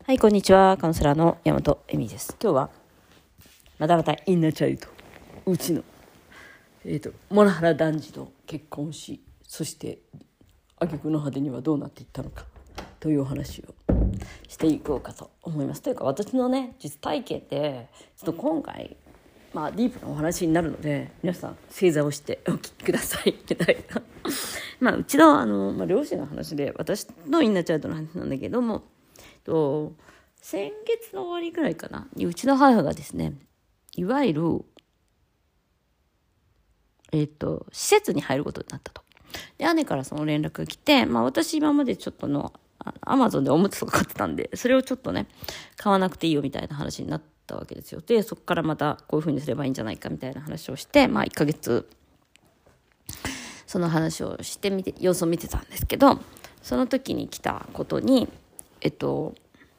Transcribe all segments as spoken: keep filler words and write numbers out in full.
はい、こんにちは。カウンセラーの山本恵美です。今日はまたまたインナーチャイルド、うちの、えーと、モラハラ男児と結婚し、そして挙句の果てにはどうなっていったのかというお話をしていこうかと思います。というか私のね実体験でちょっと今回まあディープなお話になるので、皆さん正座をしてお聞きくださいみたいなまあうちのあの、まあ、両親の話で私のインナーチャイルドの話なんだけども、と先月の終わりぐらいかなにうちの母がですね、いわゆるえっ、と施設に入ることになったと。で姉からその連絡が来て、まあ私今までちょっとのアマゾンでおむつとか買ってたんで、それをちょっとね買わなくていいよみたいな話になったわけですよ。でそこからまたこういう風にすればいいんじゃないかみたいな話をして、まあいっかげつその話をしてみて様子を見てたんですけど、その時に来たことにえっと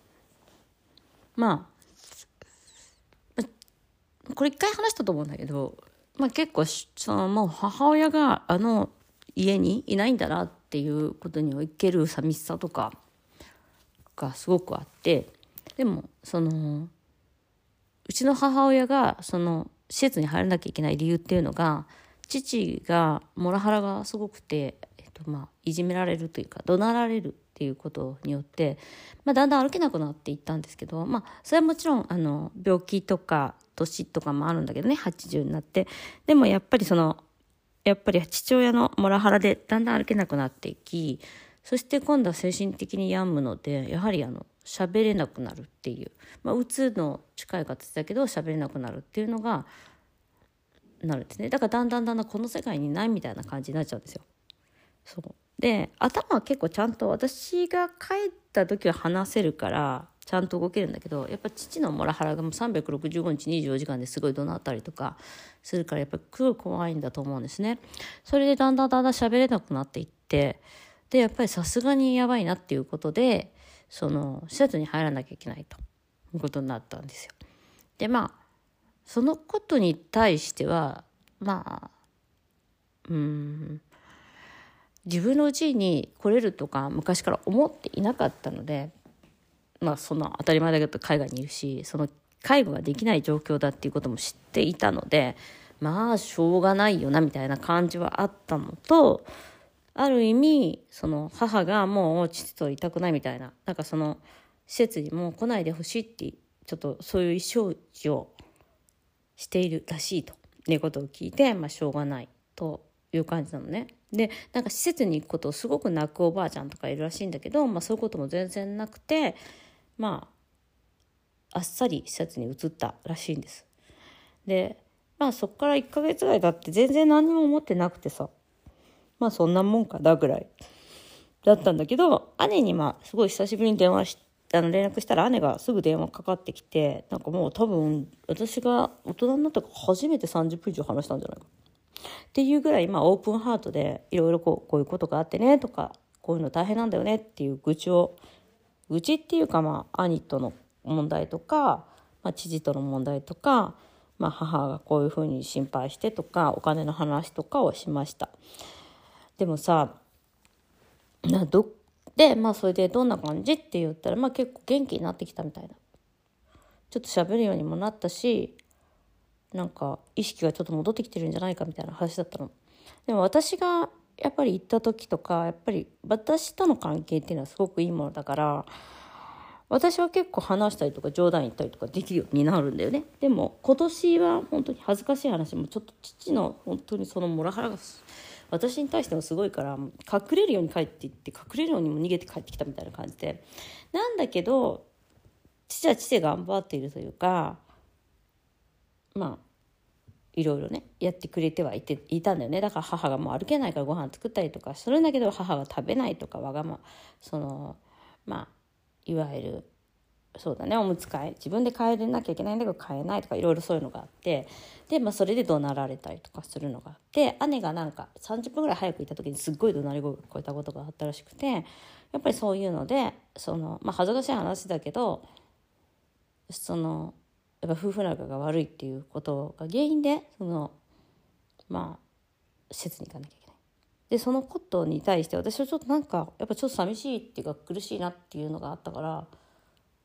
まあこれ一回話したと思うんだけど、まあ、結構そのもう母親があの家にいないんだなっていうことにおける寂しさとかがすごくあって、でもそのうちの母親がその施設に入らなきゃいけない理由っていうのが、父がモラハラがすごくて、えっと、まあいじめられるというか怒鳴られるっていうことによって、まあ、だんだん歩けなくなっていったんですけど、まあ、それはもちろんあの病気とか年とかもあるんだけどね、はちじゅうになって、でもやっぱりそのやっぱり父親のモラハラでだんだん歩けなくなっていき、そして今度は精神的に病むので、やはりあの喋れなくなるっていう、まあ、うつの近い形だけど喋れなくなるっていうのがなるんですね。だからだんだんだんだんこの世界にないみたいな感じになっちゃうんですよ。そうで頭は結構ちゃんと私が帰った時は話せるからちゃんと動けるんだけど、やっぱ父のモラハラがもうさんびゃくろくじゅうごにちにじゅうよじかんですごい怒鳴ったりとかするから、やっぱりすごい怖いんだと思うんですね。それでだんだんだんだん喋れなくなっていって、でやっぱりさすがにやばいなっていうことで、その施設に入らなきゃいけないということになったんですよ。でまあそのことに対してはまあうーん自分の家に来れるとか昔から思っていなかったので、まあその当たり前だけど海外にいるし、その介護ができない状況だっていうことも知っていたので、まあしょうがないよなみたいな感じはあったのと、ある意味その母がもう父といたくないみたいな、なんかその施設にも来ないでほしいってちょっとそういう意思表示をしているらしいということを聞いて、まあしょうがないという感じなのね。でなんか施設に行くことをすごく泣くおばあちゃんとかいるらしいんだけど、まあ、そういうことも全然なくて、まああっさり施設に移ったらしいんです。でまあそこからいっかげつぐらい経って全然何も思ってなくてさ、まあそんなもんかなぐらいだったんだけど、姉にまあすごい久しぶりに電話しあの連絡したら姉がすぐ電話かかってきて、なんかもう多分私が大人になったから初めてさんじゅっぷん以上話したんじゃないかっていうぐらい、まあオープンハートでいろいろこうこういうことがあってねとか、こういうの大変なんだよねっていう愚痴を愚痴っていうか、まあ兄との問題とか、まあ、父との問題とか、まあ、母がこういうふうに心配してとかお金の話とかをしました。でもさなどでまあそれでどんな感じって言ったら、まあ結構元気になってきたみたいな、ちょっと喋るようにもなったし、なんか意識がちょっと戻ってきてるんじゃないかみたいな話だったの。でも私がやっぱり行った時とか、やっぱり私との関係っていうのはすごくいいものだから、私は結構話したりとか冗談言ったりとかできるようになるんだよね。でも今年は本当に恥ずかしい話もちょっと父の本当にそのモラハラが私に対してもすごいから、隠れるように帰っていって隠れるようにも逃げて帰ってきたみたいな感じで、なんだけど父は父で頑張っているというか、まあいろいろねやってくれてはいていたんだよね。だから母がもう歩けないからご飯作ったりとかするんだけど、母が食べないとかわがまそのまあいわゆるそうだねおむつ替え自分で替えなきゃいけないんだけど替えないとかいろいろそういうのがあって、で、まあ、それで怒鳴られたりとかするのがあって、姉がなんかさんじゅっぷんぐらい早く行った時にすっごい怒鳴り声が聞こえたことがあったらしくて、やっぱりそういうのでその、まあ、恥ずかしい話だけどそのやっぱ夫婦仲が悪いっていうことが原因でそのまあ施設に行かなきゃいけない。でそのことに対して私はちょっとなんかやっぱちょっと寂しいっていうか苦しいなっていうのがあったから、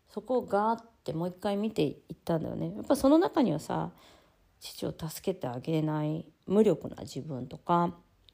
そこをガーってもう一回見ていったんだよね。やっぱその中にはさ、父を助けてあげれない無力な自分とか、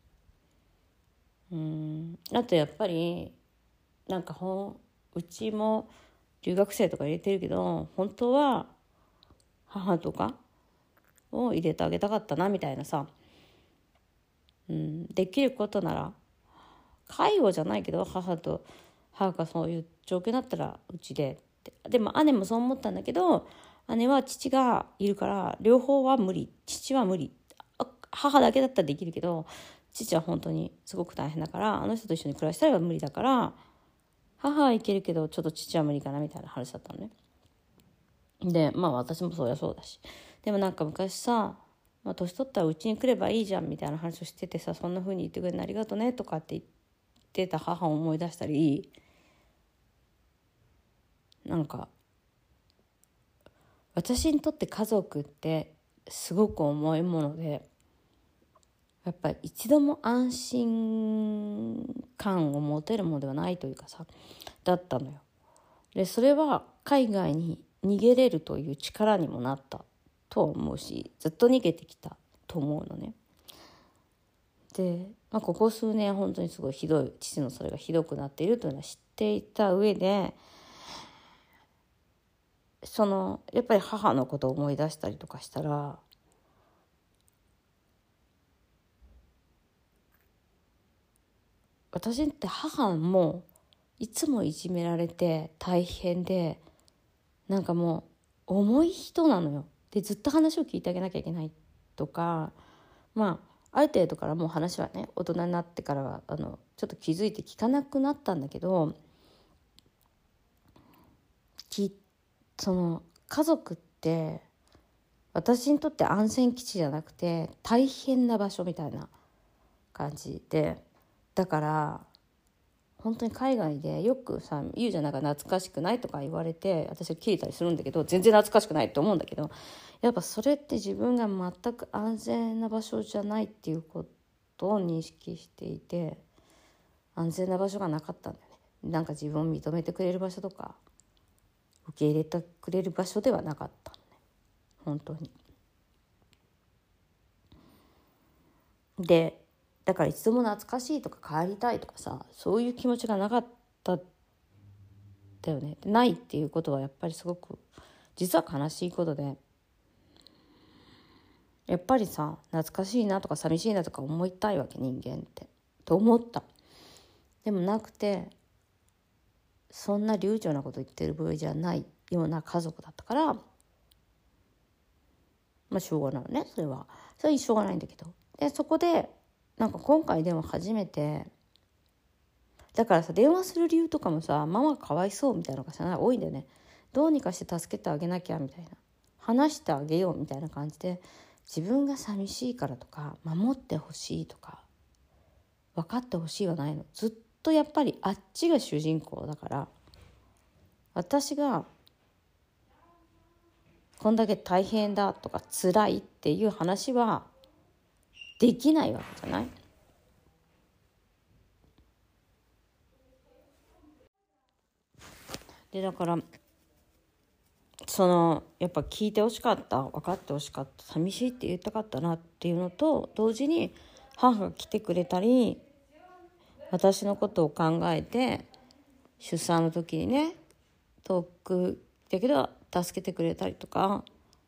うんあとやっぱりなんかほんうちも留学生とか入れてるけど、本当は母とかを入れてあげたかったなみたいなさ、うん、できることなら介護じゃないけど、母と母がそういう状況になったらうちでって。でも姉もそう思ったんだけど、姉は父がいるから両方は無理、父は無理、母だけだったらできるけど父は本当にすごく大変だから、あの人と一緒に暮らしたら無理だから、母はいけるけどちょっと父は無理かなみたいな話だったのね。でまあ私もそりゃそうだし、でもなんか昔さ、まあ、年取ったらうちに来ればいいじゃんみたいな話をしててさ、そんな風に言ってくれてありがとねとかって言ってた母を思い出したり、なんか私にとって家族ってすごく重いもので、やっぱり一度も安心感を持てるものではないというかさ、だったのよ。でそれは海外に逃げれるという力にもなったと思うし、ずっと逃げてきたと思うのね。で、まあ、ここ数年本当にすごいひどい、父のそれがひどくなっているというのは知っていた上で、そのやっぱり母のことを思い出したりとかしたら、私って母もいつもいじめられて大変で、なんかもう重い人なのよ。でずっと話を聞いてあげなきゃいけないとか、まあある程度からもう話はね、大人になってからはあのちょっと気づいて聞かなくなったんだけど、きその家族って私にとって安全基地じゃなくて大変な場所みたいな感じで、だから本当に海外でよくさ言うじゃん、なんか懐かしくないとか言われて私は切れたりするんだけど、全然懐かしくないと思うんだけど、やっぱそれって自分が全く安全な場所じゃないっていうことを認識していて、安全な場所がなかったんだよね。なんか自分を認めてくれる場所とか受け入れてくれる場所ではなかったのね、本当に。でだから一度も懐かしいとか帰りたいとかさ、そういう気持ちがなかったんだよね。ないっていうことはやっぱりすごく実は悲しいことで、やっぱりさ懐かしいなとか寂しいなとか思いたいわけ、人間ってと思った。でもなくて、そんな流暢なこと言ってる場合じゃないような家族だったから、まあしょうがないよね、それはそれはしょうがないんだけど、でそこでなんか今回でも初めて、だからさ電話する理由とかもさ、ママかわいそうみたいなのがさ多いんだよね。どうにかして助けてあげなきゃみたいな、話してあげようみたいな感じで、自分が寂しいからとか守ってほしいとか分かってほしいはないの。ずっとやっぱりあっちが主人公だから、私がこんだけ大変だとか辛いっていう話はできないわけじゃない。でだからそのやっぱ聞いてほしかった、分かってほしかった、寂しいって言いたかったなっていうのと同時に、母が来てくれたり私のことを考えて出産の時にね遠くだけど助けてくれたりとか、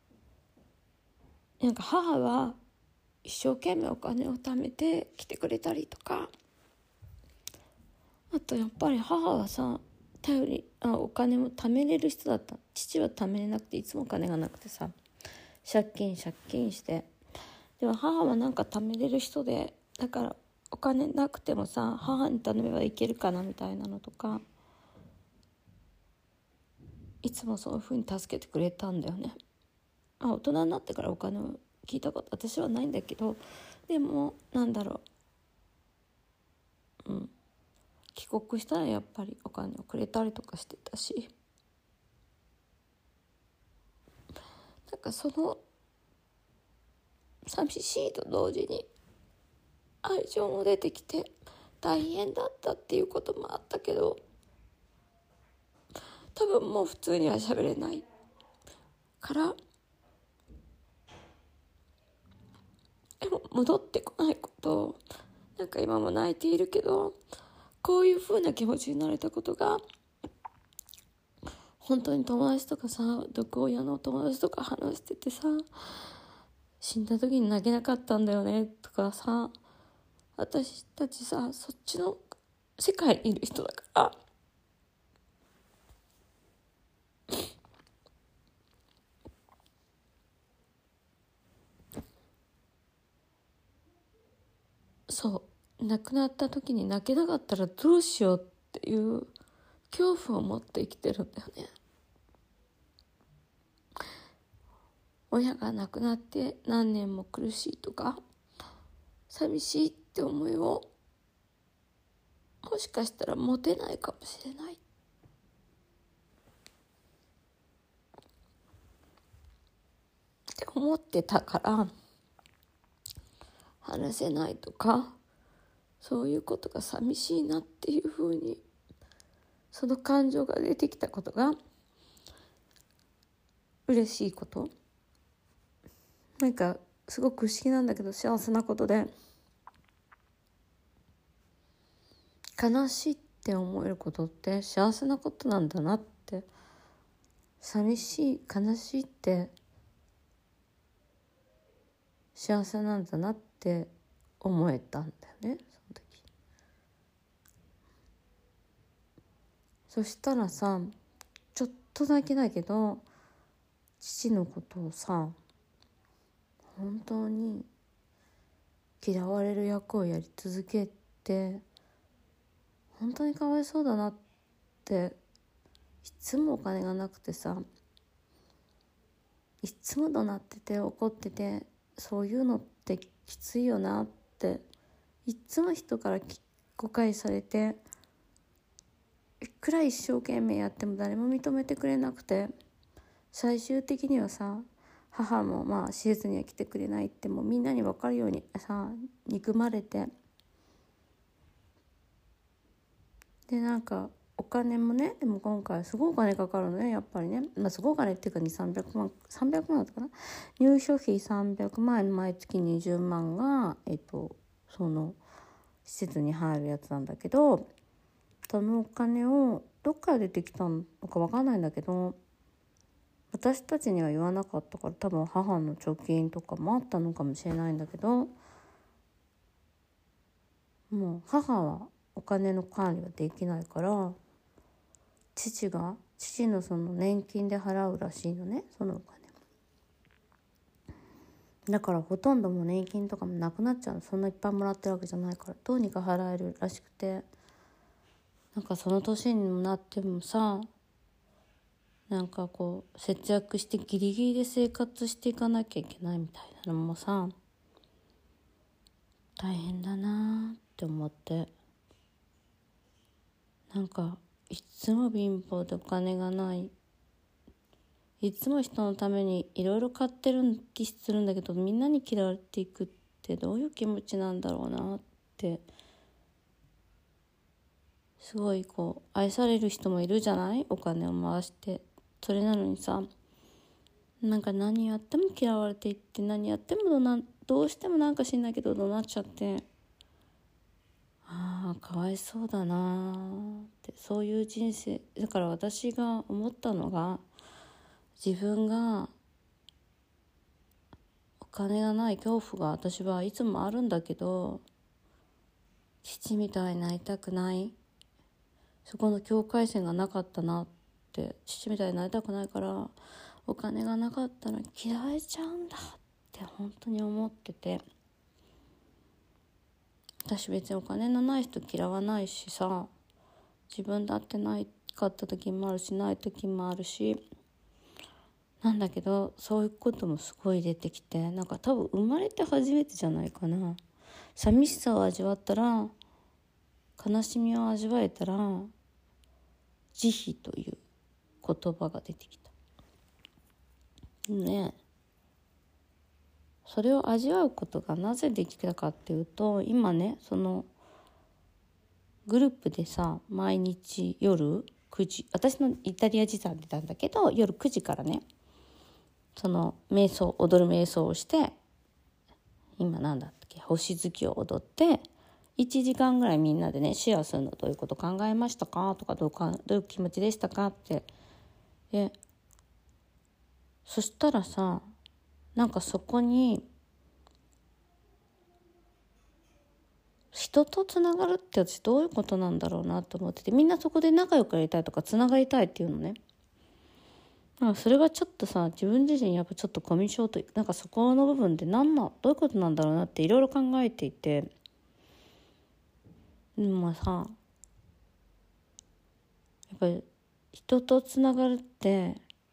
なんか母は一生懸命お金を貯めて来てくれたりとか、あとやっぱり母はさ頼りあお金も貯めれる人だった。父は貯めれなくていつもお金がなくてさ、借金借金して、でも母はなんか貯めれる人で、だからお金なくてもさ母に頼めばいけるかなみたいなのとか、いつもそういう風に助けてくれたんだよね。あ大人になってからお金を聞いたこと私はないんだけど、でもなんだろう、うん帰国したらやっぱりお金をくれたりとかしてたし、なんかその寂しいと同時に愛情も出てきて大変だったっていうこともあったけど、 多分もう普通には喋れないからでも戻ってこないことをなんか今も泣いているけどこういう風な気持ちになれたことが本当に友達とかさ毒親の友達とか話しててさ死んだ時に泣けなかったんだよねとかさ私たちさそっちの世界にいる人だからそう亡くなった時に泣けなかったらどうしようっていう恐怖を持って生きてるんだよね。親が亡くなって何年も苦しいとか寂しいって思いをもしかしたら持てないかもしれないって思ってたから話せないとかそういうことが寂しいなっていうふうにその感情が出てきたことが嬉しいことなんかすごく不思議なんだけど幸せなことで悲しいって思えることって幸せなことなんだなって寂しい悲しいって幸せなんだなって思えたんだよねその時。そしたらさちょっとだけだけど父のことをさ本当に嫌われる役をやり続けて本当にかわいそうだなっていつもお金がなくてさいつも怒鳴ってて怒っててそういうのってきついよなっていつも人から誤解されていくら一生懸命やっても誰も認めてくれなくて最終的にはさ母もまあ手術には来てくれないってもうみんなに分かるようにさ憎まれてでなんかお金もねでも今回すごいお金かかるのねやっぱりね、まあ、すごいお金っていうかにせんさんびゃくまんさんびゃくまんだったかな入所費さんびゃくまん円毎月にじゅうまんがえっとその施設に入るやつなんだけどそのお金をどっから出てきたのか分かんないんだけど私たちには言わなかったから多分母の貯金とかもあったのかもしれないんだけどもう母はお金の管理ができないから父が父のその年金で払うらしいのねそのお金だからほとんどもう年金とかもなくなっちゃうのそんないっぱいもらってるわけじゃないからどうにか払えるらしくてなんかその年になってもさなんかこう節約してギリギリで生活していかなきゃいけないみたいなのもさ大変だなって思ってなんかいつも貧乏でお金がないいつも人のためにいろいろ買ってるん気するんだけどみんなに嫌われていくってどういう気持ちなんだろうなってすごいこう愛される人もいるじゃないお金を回してそれなのにさなんか何やっても嫌われていって何やってもどなどうしてもなんか知んないけど怒鳴っちゃってああかわいそうだなってそういう人生だから私が思ったのが自分がお金がない恐怖が私はいつもあるんだけど父みたいになりたくないそこの境界線がなかったなって父みたいになりたくないからお金がなかったら嫌われちゃうんだって本当に思ってて私別にお金のない人嫌わないしさ自分だってないかった時もあるしない時もあるしなんだけどそういうこともすごい出てきてなんか多分生まれて初めてじゃないかな寂しさを味わったら悲しみを味わえたら慈悲という言葉が出てきたねえそれを味わうことがなぜできたかっていうと今ねそのグループでさ毎日夜くじ、私のイタリア時差出たんだけど、夜くじからねその瞑想踊る瞑想をして、今なんだっけ星月を踊っていちじかんぐらいみんなでねシェアするの。どういうこと考えましたかとか、どうかどういう気持ちでしたかって。でそしたらさ、なんかそこに人とつながるって私どういうことなんだろうなと思ってて、みんなそこで仲良くやりたいとかつながりたいっていうのね。なんかそれがちょっとさ、自分自身やっぱちょっとコミュ障と、なんかそこの部分で何のどういうことなんだろうなっていろいろ考えていて、でもさ、やっぱり人とつながるって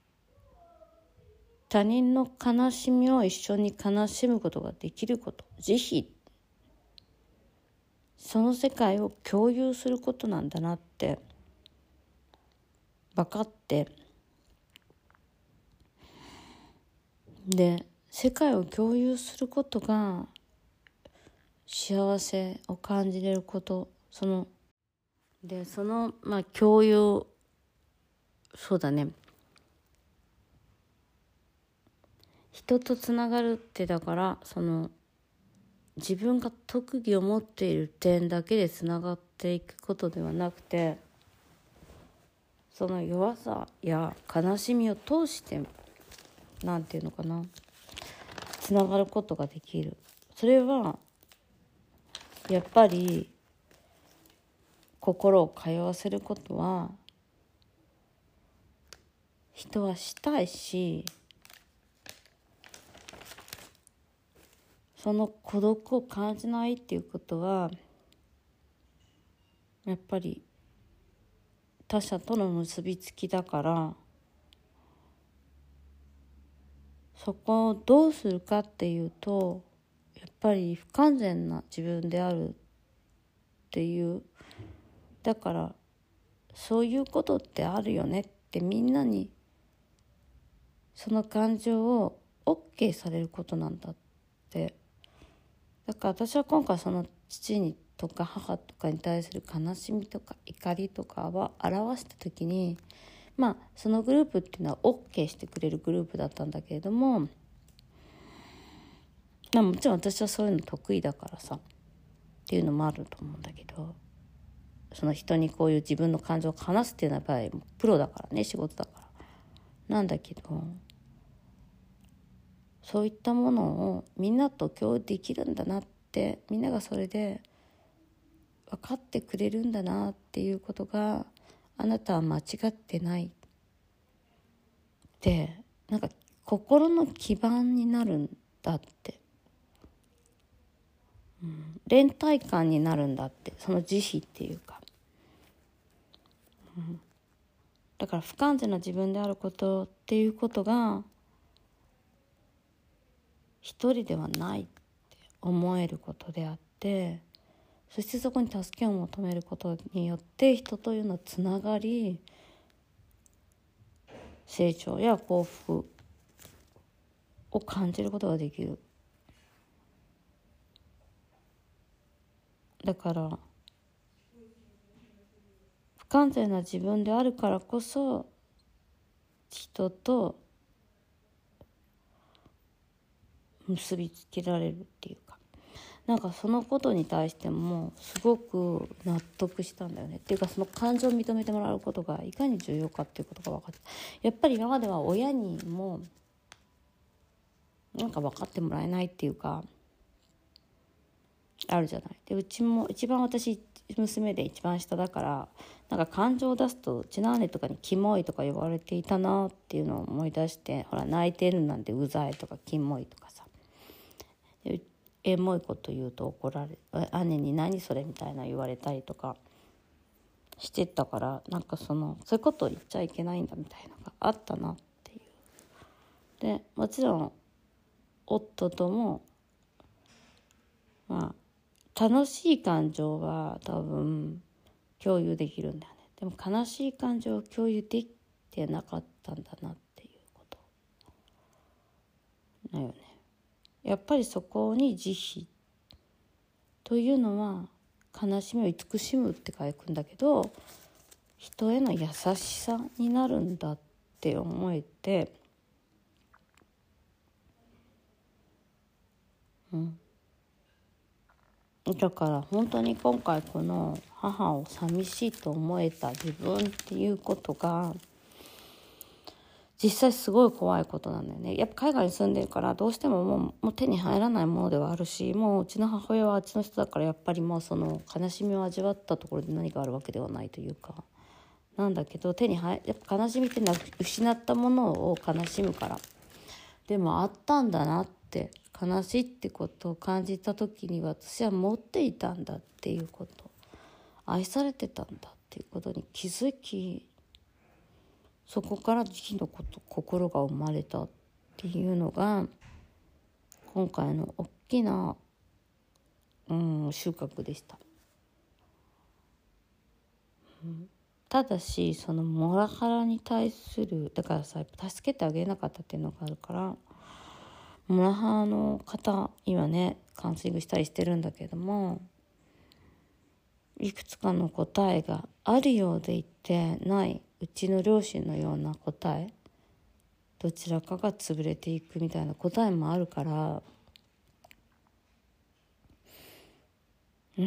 他人の悲しみを一緒に悲しむことができること、慈悲、その世界を共有することなんだなって分かって、で世界を共有することが幸せを感じれること、そのでそのまあ共有、そうだね、人とつながるってだからその自分が特技を持っている点だけでつながっていくことではなくて、その弱さや悲しみを通してなんていうのかな、つながることができる。それはやっぱり心を通わせることは人はしたいし、その孤独を感じないっていうことはやっぱり他者との結びつきだから、そこをどうするかっていうと、やっぱり不完全な自分であるっていう、だからそういうことってあるよねってみんなにその感情を OK されることなんだって。だから私は今回その父にとか母とかに対する悲しみとか怒りとかは表した時に、まあそのグループっていうのは OK してくれるグループだったんだけれども、まあもちろん私はそういうの得意だからさっていうのもあると思うんだけど、その人にこういう自分の感情を話すっていうのはやっぱりプロだからね、仕事だからなんだけど、そういったものをみんなと共有できるんだなって、みんながそれで分かってくれるんだなっていうことが、あなたは間違ってないってなんか心の基盤になるんだって、うん、連帯感になるんだって、その慈悲っていうか、うん、だから不完全な自分であることっていうことが一人ではないって思えることであって、そしてそこに助けを求めることによって人というのはつながり、成長や幸福を感じることができる。だから不完全な自分であるからこそ人と結びつけられるっていうか、なんかそのことに対してもすごく納得したんだよね。っていうかその感情を認めてもらうことがいかに重要かっていうことが分かった。やっぱり今までは親にもなんか分かってもらえないっていうかあるじゃない。でうちも一番私娘で一番下だから、なんか感情を出すとうちの姉とかにキモいとか言われていたなっていうのを思い出して、ほら泣いてるなんてうざいとかキモいとかさ、エモいこと言うと怒られ、姉に何それみたいな言われたりとかしてたから、なんかそのそういうことを言っちゃいけないんだみたいなのがあったなっていう。でもちろん夫ともまあ楽しい感情は多分共有できるんだよね。でも悲しい感情を共有できてなかったんだなっていうことだよね。やっぱりそこに慈悲というのは悲しみを慈しむって書くんだけど、 人への優しさになるんだって思えて、うん、だから本当に今回この母を寂しいと思えた自分っていうことが実際すごい怖いことなんだよね。やっぱ海外に住んでるからどうしてももう、もう手に入らないものではあるし、もううちの母親はあっちの人だからやっぱりもうその悲しみを味わったところで何があるわけではないというかなんだけど、手に入やっぱ悲しみってのは失ったものを悲しむから、でもあったんだなって、悲しいってことを感じた時に私は持っていたんだっていうこと、愛されてたんだっていうことに気づき、そこから慈悲のこと心が生まれたっていうのが今回の大きな、うん、収穫でした、うん、ただしそのモラハラに対するだからさ、助けてあげなかったっていうのがあるから、モラハラの方今ねカウンセリングしたりしてるんだけども、いくつかの答えがあるようで言ってない、うちの両親のような答え、どちらかが潰れていくみたいな答えもあるから、うん、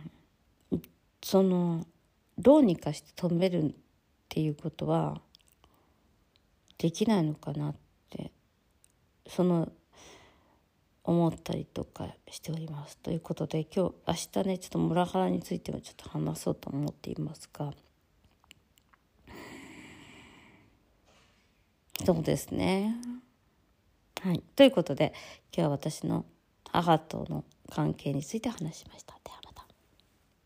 そのどうにかして止めるっていうことはできないのかなってその思ったりとかしております。ということで今日明日ねちょっとモラハラについてもちょっと話そうと思っていますが、そうですね、はい、ということで今日は私の母との関係について話しました。